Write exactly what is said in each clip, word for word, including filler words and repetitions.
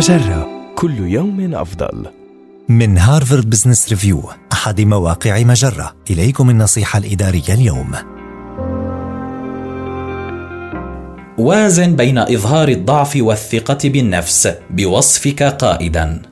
مجرة، كل يوم أفضل. من هارفارد بزنس ريفيو، أحد مواقع مجرة، إليكم النصيحة الإدارية اليوم. وازن بين إظهار الضعف والثقة بالنفس بوصفك قائداً.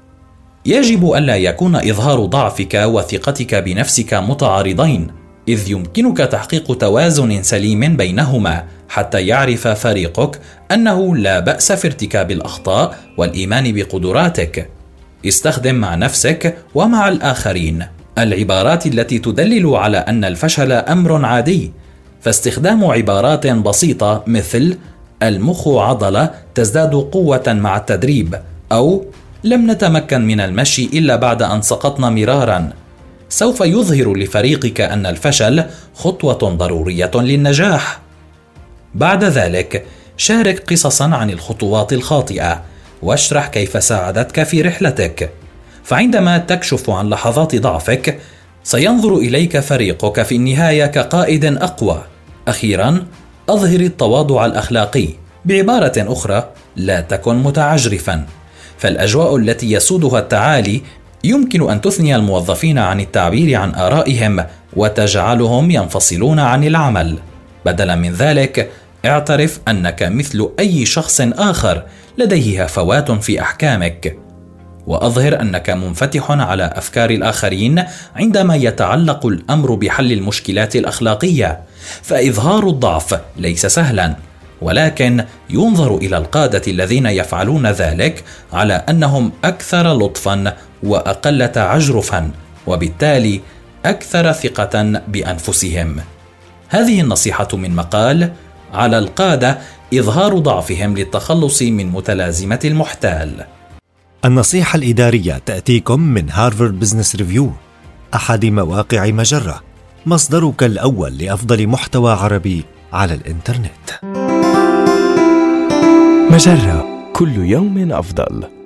يجب ألا يكون إظهار ضعفك وثقتك بنفسك متعارضين، إذ يمكنك تحقيق توازن سليم بينهما حتى يعرف فريقك أنه لا بأس في ارتكاب الأخطاء والإيمان بقدراتك. استخدم مع نفسك ومع الآخرين العبارات التي تدلل على أن الفشل أمر عادي، فاستخدام عبارات بسيطة مثل المخ عضلة تزداد قوة مع التدريب، أو لم نتمكن من المشي إلا بعد أن سقطنا مرارا، سوف يظهر لفريقك أن الفشل خطوة ضرورية للنجاح. بعد ذلك شارك قصصا عن الخطوات الخاطئة واشرح كيف ساعدتك في رحلتك، فعندما تكشف عن لحظات ضعفك سينظر إليك فريقك في النهاية كقائد أقوى. أخيرا، أظهر التواضع الأخلاقي، بعبارة أخرى لا تكن متعجرفا، فالأجواء التي يسودها التعالي يمكن أن تثني الموظفين عن التعبير عن آرائهم وتجعلهم ينفصلون عن العمل. بدلا من ذلك، اعترف أنك مثل أي شخص آخر لديه هفوات في أحكامك، وأظهر أنك منفتح على أفكار الآخرين عندما يتعلق الأمر بحل المشكلات الأخلاقية، فإظهار الضعف ليس سهلا، ولكن ينظر إلى القادة الذين يفعلون ذلك على أنهم أكثر لطفا وأقل تعجرفا، وبالتالي أكثر ثقة بأنفسهم. هذه النصيحة من مقال على القادة إظهار ضعفهم للتخلص من متلازمة المحتال. النصيحة الإدارية تأتيكم من هارفارد بزنس ريفيو، أحد مواقع مجرة، مصدرك الأول لأفضل محتوى عربي على الإنترنت. مجرة، كل يوم أفضل.